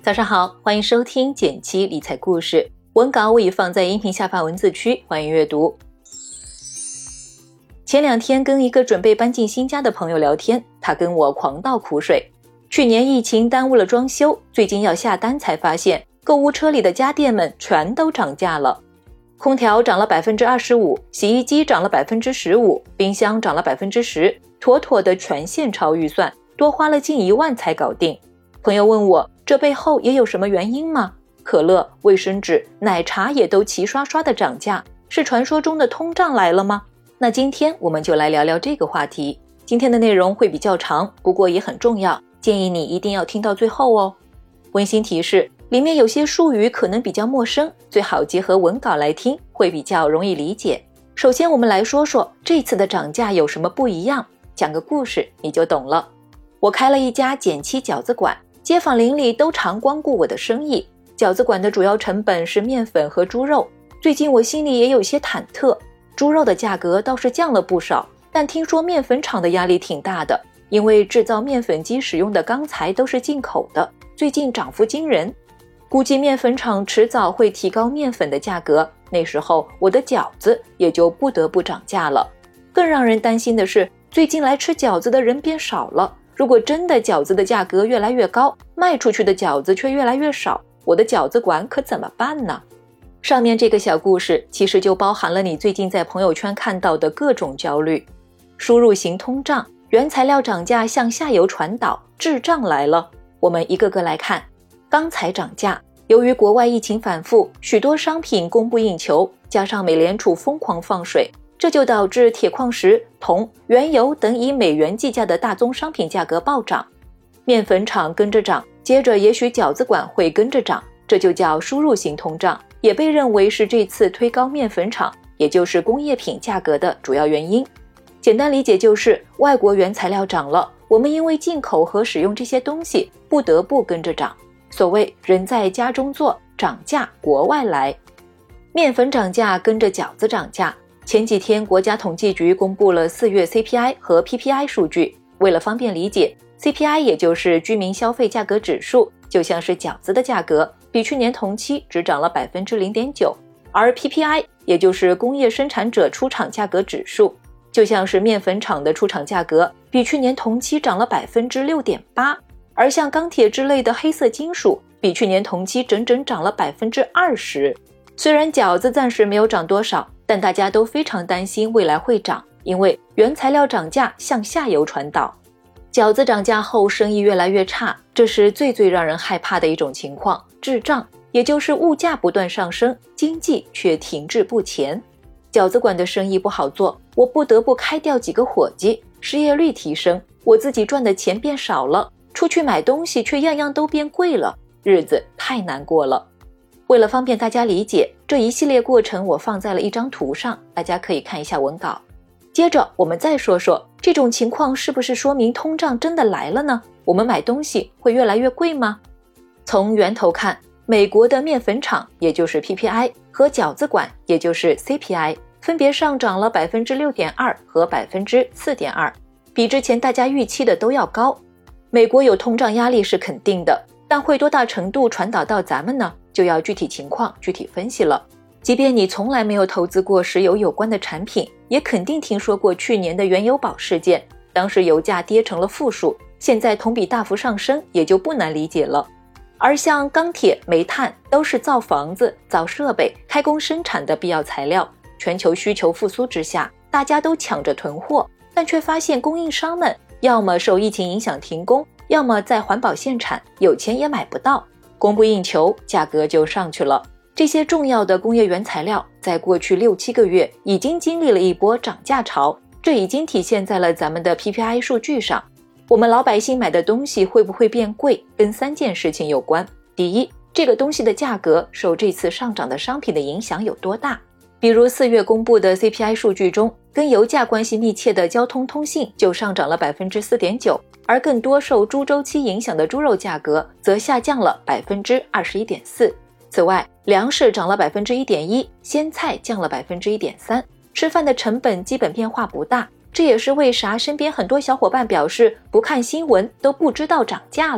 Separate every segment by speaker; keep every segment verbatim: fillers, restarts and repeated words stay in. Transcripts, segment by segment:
Speaker 1: 早上好，欢迎收听简七理财故事，文稿我已放在音频下方文字区，欢迎阅读。前两天跟一个准备搬进新家的朋友聊天，他跟我狂倒苦水。去年疫情耽误了装修，最近要下单才发现购物车里的家电们全都涨价了。空调涨了 百分之二十五， 洗衣机涨了 百分之十五， 冰箱涨了 百分之十， 妥妥的全线超预算，多花了近一万才搞定。朋友问我，这背后也有什么原因吗？可乐、卫生纸、奶茶也都齐刷刷的涨价，是传说中的通胀来了吗？那今天我们就来聊聊这个话题。今天的内容会比较长，不过也很重要，建议你一定要听到最后哦。温馨提示，里面有些术语可能比较陌生，最好结合文稿来听，会比较容易理解。首先我们来说说这次的涨价有什么不一样，讲个故事你就懂了。我开了一家减七饺子馆，街坊邻里都常光顾我的生意。饺子馆的主要成本是面粉和猪肉，最近我心里也有些忐忑。猪肉的价格倒是降了不少，但听说面粉厂的压力挺大的，因为制造面粉机使用的钢材都是进口的，最近涨幅惊人。估计面粉厂迟早会提高面粉的价格，那时候我的饺子也就不得不涨价了。更让人担心的是，最近来吃饺子的人变少了。如果真的饺子的价格越来越高，卖出去的饺子却越来越少，我的饺子馆可怎么办呢？上面这个小故事其实就包含了你最近在朋友圈看到的各种焦虑。输入型通胀，原材料涨价向下游传导，滞胀来了。我们一个个来看。钢材涨价，由于国外疫情反复，许多商品供不应求，加上美联储疯狂放水，这就导致铁矿石、铜、原油等以美元计价的大宗商品价格暴涨。面粉厂跟着涨，接着也许饺子馆会跟着涨，这就叫输入型通胀，也被认为是这次推高面粉厂，也就是工业品价格的主要原因。简单理解就是外国原材料涨了，我们因为进口和使用这些东西不得不跟着涨。所谓人在家中坐，涨价国外来。面粉涨价跟着饺子涨价。前几天国家统计局公布了四月 C P I 和 P P I 数据，为了方便理解， C P I 也就是居民消费价格指数，就像是饺子的价格比去年同期只涨了 百分之零点九， 而 P P I 也就是工业生产者出厂价格指数，就像是面粉厂的出厂价格比去年同期涨了 百分之六点八，而像钢铁之类的黑色金属比去年同期整整涨了 百分之二十。 虽然饺子暂时没有涨多少，但大家都非常担心未来会涨，因为原材料涨价向下游传导。饺子涨价后生意越来越差，这是最最让人害怕的一种情况，滞胀，也就是物价不断上升，经济却停滞不前。饺子馆的生意不好做，我不得不开掉几个伙计，失业率提升，我自己赚的钱变少了，出去买东西却样样都变贵了，日子太难过了。为了方便大家理解，这一系列过程我放在了一张图上，大家可以看一下文稿。接着我们再说说，这种情况是不是说明通胀真的来了呢？我们买东西会越来越贵吗？从源头看，美国的面粉厂也就是 P P I 和饺子馆也就是 C P I 分别上涨了 百分之六点二 和 百分之四点二， 比之前大家预期的都要高。美国有通胀压力是肯定的，但会多大程度传导到咱们呢？就要具体情况具体分析了。即便你从来没有投资过石油有关的产品，也肯定听说过去年的原油宝事件，当时油价跌成了负数，现在同比大幅上升，也就不难理解了。而像钢铁、煤炭都是造房子、造设备、开工生产的必要材料，全球需求复苏之下，大家都抢着囤货，但却发现供应商们要么受疫情影响停工，要么在环保限产，有钱也买不到，供不应求，价格就上去了。这些重要的工业原材料在过去六七个月已经经历了一波涨价潮，这已经体现在了咱们的 P P I 数据上。我们老百姓买的东西会不会变贵，跟三件事情有关。第一，这个东西的价格受这次上涨的商品的影响有多大。比如四月公布的 C P I 数据中，跟油价关系密切的交通通信就上涨了 百分之四点九， 而更多受猪周期影响的猪肉价格则下降了 百分之二十一点四。此外，粮食涨了 百分之一点一， 鲜菜降了 百分之一点三， 吃饭的成本基本变化不大，这也是为啥身边很多小伙伴表示不看新闻都不知道涨价了。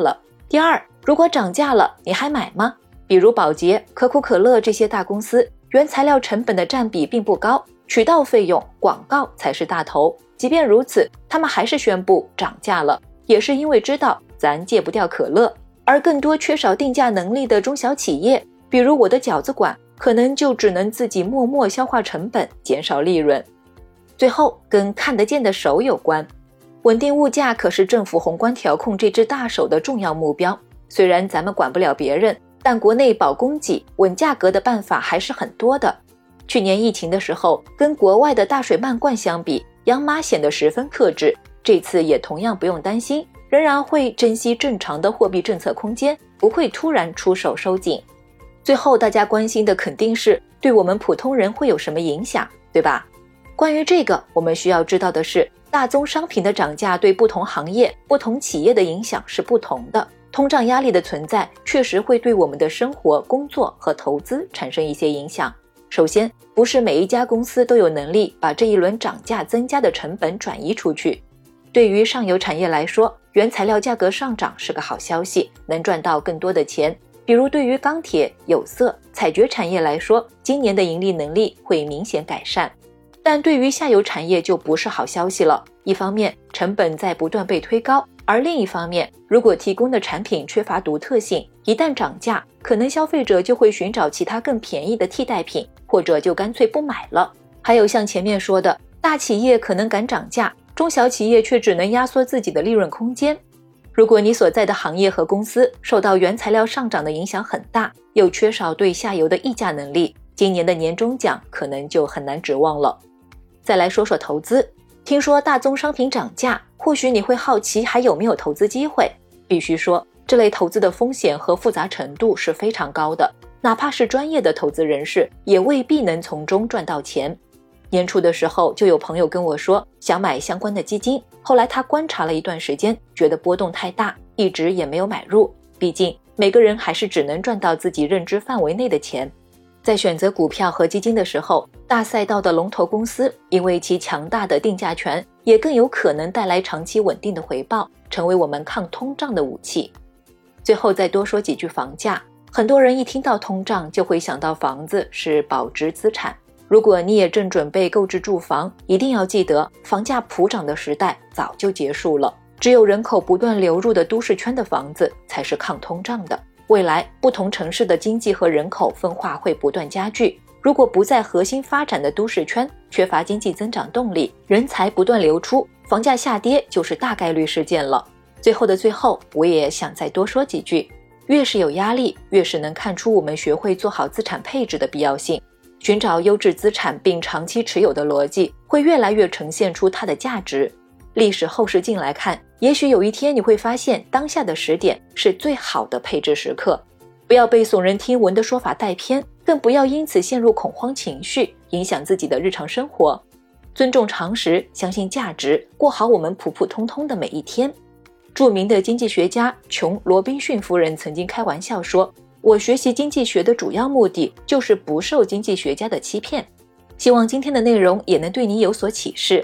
Speaker 1: 第二，如果涨价了，你还买吗？比如宝洁、可口可乐这些大公司，原材料成本的占比并不高，渠道费用、广告才是大头。即便如此，他们还是宣布涨价了，也是因为知道咱戒不掉可乐。而更多缺少定价能力的中小企业，比如我的饺子馆，可能就只能自己默默消化成本，减少利润。最后，跟看得见的手有关。稳定物价可是政府宏观调控这只大手的重要目标。虽然咱们管不了别人，但国内保供给、稳价格的办法还是很多的。去年疫情的时候，跟国外的大水漫灌相比，央妈显得十分克制。这次也同样不用担心，仍然会珍惜正常的货币政策空间，不会突然出手收紧。最后大家关心的肯定是对我们普通人会有什么影响，对吧？关于这个，我们需要知道的是，大宗商品的涨价对不同行业、不同企业的影响是不同的。通胀压力的存在确实会对我们的生活、工作和投资产生一些影响。首先，不是每一家公司都有能力把这一轮涨价增加的成本转移出去。对于上游产业来说，原材料价格上涨是个好消息，能赚到更多的钱。比如对于钢铁、有色、采掘产业来说，今年的盈利能力会明显改善。但对于下游产业就不是好消息了。一方面，成本在不断被推高，而另一方面，如果提供的产品缺乏独特性，一旦涨价，可能消费者就会寻找其他更便宜的替代品，或者就干脆不买了。还有像前面说的，大企业可能敢涨价，中小企业却只能压缩自己的利润空间。如果你所在的行业和公司受到原材料上涨的影响很大，又缺少对下游的议价能力，今年的年终奖可能就很难指望了。再来说说投资，听说大宗商品涨价，或许你会好奇还有没有投资机会。必须说，这类投资的风险和复杂程度是非常高的，哪怕是专业的投资人士，也未必能从中赚到钱。年初的时候，就有朋友跟我说想买相关的基金，后来他观察了一段时间，觉得波动太大，一直也没有买入。毕竟每个人还是只能赚到自己认知范围内的钱。在选择股票和基金的时候，大赛道的龙头公司因为其强大的定价权，也更有可能带来长期稳定的回报，成为我们抗通胀的武器。最后再多说几句房价，很多人一听到通胀就会想到房子是保值资产。如果你也正准备购置住房，一定要记得，房价普涨的时代早就结束了，只有人口不断流入的都市圈的房子才是抗通胀的。未来不同城市的经济和人口分化会不断加剧，如果不在核心发展的都市圈，缺乏经济增长动力，人才不断流出，房价下跌就是大概率事件了。最后的最后，我也想再多说几句，越是有压力，越是能看出我们学会做好资产配置的必要性。寻找优质资产并长期持有的逻辑，会越来越呈现出它的价值。历史后视镜来看，也许有一天你会发现，当下的时点是最好的配置时刻。不要被耸人听闻的说法带偏，更不要因此陷入恐慌情绪，影响自己的日常生活。尊重常识，相信价值，过好我们普普通通的每一天。著名的经济学家琼·罗宾逊夫人曾经开玩笑说，我学习经济学的主要目的就是不受经济学家的欺骗。希望今天的内容也能对你有所启示。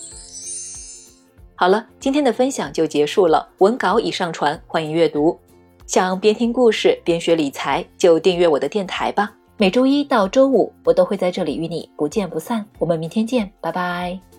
Speaker 1: 好了，今天的分享就结束了，文稿已上传，欢迎阅读。想边听故事边学理财，就订阅我的电台吧。每周一到周五，我都会在这里与你不见不散。我们明天见，拜拜。